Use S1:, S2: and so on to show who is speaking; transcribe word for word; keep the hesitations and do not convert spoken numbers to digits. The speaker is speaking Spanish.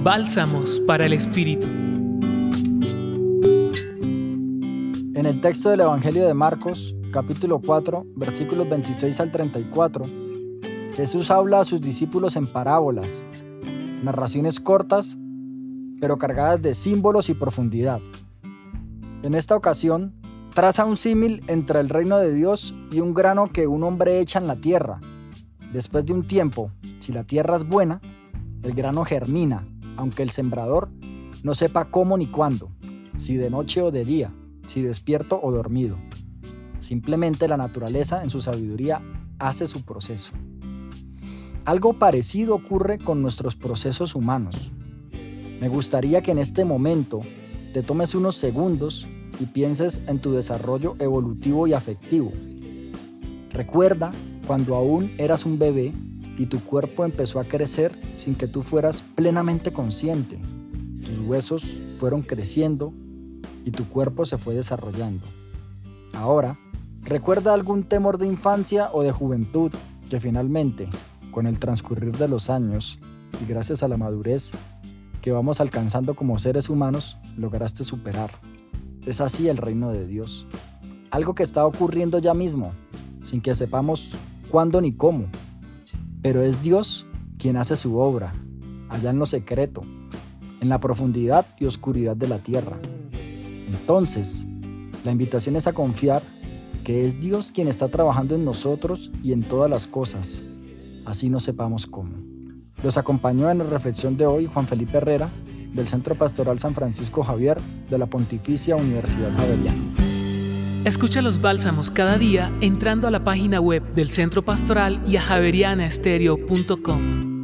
S1: Bálsamos para el Espíritu.
S2: En el texto del Evangelio de Marcos, capítulo cuatro, versículos veintiséis al treinta y cuatro, Jesús habla a sus discípulos en parábolas, narraciones cortas, pero cargadas de símbolos y profundidad. En esta ocasión, traza un símil entre el reino de Dios y un grano que un hombre echa en la tierra. Después de un tiempo, si la tierra es buena, el grano germina, aunque el sembrador no sepa cómo ni cuándo, si de noche o de día, si despierto o dormido. Simplemente la naturaleza, en su sabiduría, hace su proceso. Algo parecido ocurre con nuestros procesos humanos. Me gustaría que en este momento te tomes unos segundos y pienses en tu desarrollo evolutivo y afectivo. Recuerda cuando aún eras un bebé y tu cuerpo empezó a crecer sin que tú fueras plenamente consciente. Tus huesos fueron creciendo y tu cuerpo se fue desarrollando. Ahora, recuerda algún temor de infancia o de juventud que finalmente, con el transcurrir de los años y gracias a la madurez que vamos alcanzando como seres humanos, lograste superar. Es así el reino de Dios. Algo que está ocurriendo ya mismo, sin que sepamos cuándo ni cómo. Pero es Dios quien hace su obra, allá en lo secreto, en la profundidad y oscuridad de la tierra. Entonces, la invitación es a confiar que es Dios quien está trabajando en nosotros y en todas las cosas, así no sepamos cómo. Los acompañó en la reflexión de hoy Juan Felipe Herrera, del Centro Pastoral San Francisco Javier de la Pontificia Universidad Javeriana.
S1: Escucha los bálsamos cada día entrando a la página web del Centro Pastoral y a javeriana estéreo punto com.